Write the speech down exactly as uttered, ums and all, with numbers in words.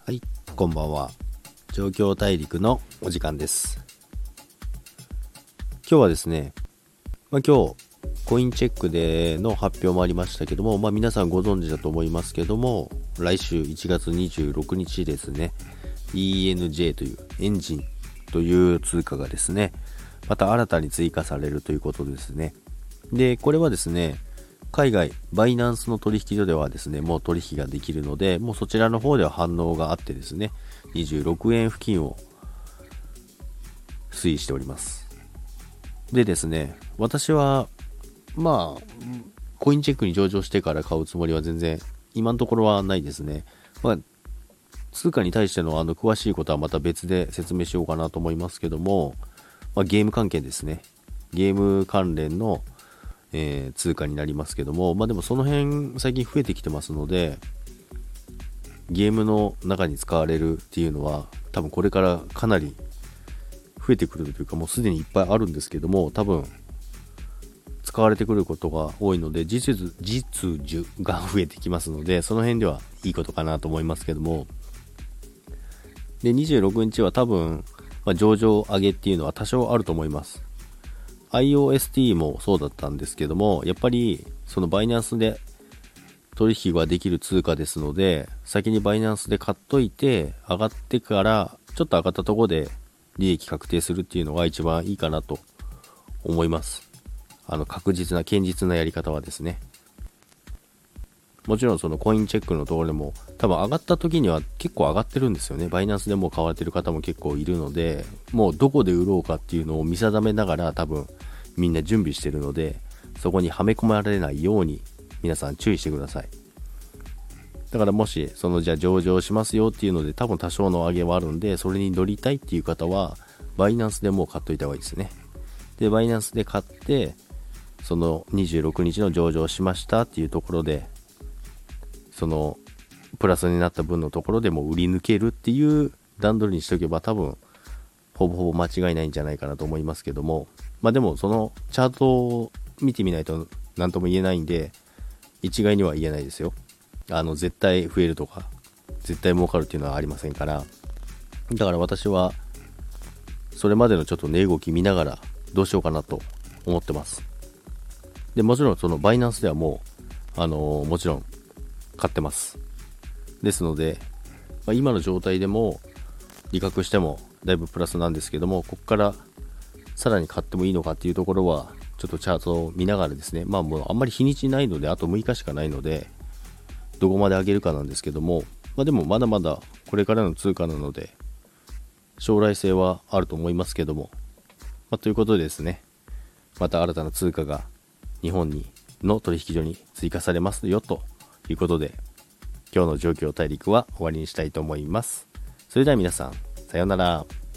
はい、こんばんは。状況大陸のお時間です。今日はですね、まあ、今日コインチェックでの発表もありましたけども、まあ、皆さんご存知だと思いますけども、来週いちがつにじゅうろくにちですね、イーエヌジェー というエンジンという通貨がですね、また新たに追加されるということですね。で、これはですね、海外バイナンスの取引所ではですね、もう取引ができるので、もうそちらの方では反応があってですね、にじゅうろくえん付近を推移しております。でですね、私はまあコインチェックに上場してから買うつもりは全然今のところはないですね。まあ通貨に対してのあの詳しいことはまた別で説明しようかなと思いますけども、まあ、ゲーム関係ですね。ゲーム関連のえー、通貨になりますけども、まあでもその辺最近増えてきてますので、ゲームの中に使われるっていうのは多分これからかなり増えてくるというか、もうすでにいっぱいあるんですけども、多分使われてくることが多いので、実需実需が増えてきますので、その辺ではいいことかなと思いますけども、でにじゅうろくにちは多分、まあ、上場上げっていうのは多少あると思います。アイオーエスティー もそうだったんですけども、やっぱりそのバイナンスで取引ができる通貨ですので、先にバイナンスで買っといて、上がってからちょっと上がったところで利益確定するっていうのが一番いいかなと思います。あの確実な堅実なやり方はですね。もちろんそのコインチェックのところでも多分上がった時には結構上がってるんですよね。バイナンスでもう買われてる方も結構いるので、もうどこで売ろうかっていうのを見定めながら多分みんな準備してるので、そこにはめ込まれないように皆さん注意してください。だからもしそのじゃあ上場しますよっていうので多分多少の上げはあるんで、それに乗りたいっていう方はバイナンスでもう買っといた方がいいですね。でバイナンスで買って、そのにじゅうろくにちの上場しましたっていうところで、そのプラスになった分のところでも売り抜けるっていう段取りにしておけば多分ほぼほぼ間違いないんじゃないかなと思いますけども、まあでもそのチャートを見てみないと何とも言えないんで、一概には言えないですよ。あの絶対増えるとか絶対儲かるっていうのはありませんから。だから私はそれまでのちょっと値動き見ながらどうしようかなと思ってます。でもちろんそのバイナンスではもうあのー、もちろん買ってます。ですので、まあ、今の状態でも利確してもだいぶプラスなんですけども、ここからさらに買ってもいいのかっていうところはちょっとチャートを見ながらですね、まあもうあんまり日にちないのであとむいかしかないのでどこまで上げるかなんですけども、まあでもまだまだこれからの通貨なので将来性はあると思いますけども、まあ、ということでですね、また新たな通貨が日本にの取引所に追加されますよとということで、今日の状況大陸は終わりにしたいと思います。それでは皆さん、さようなら。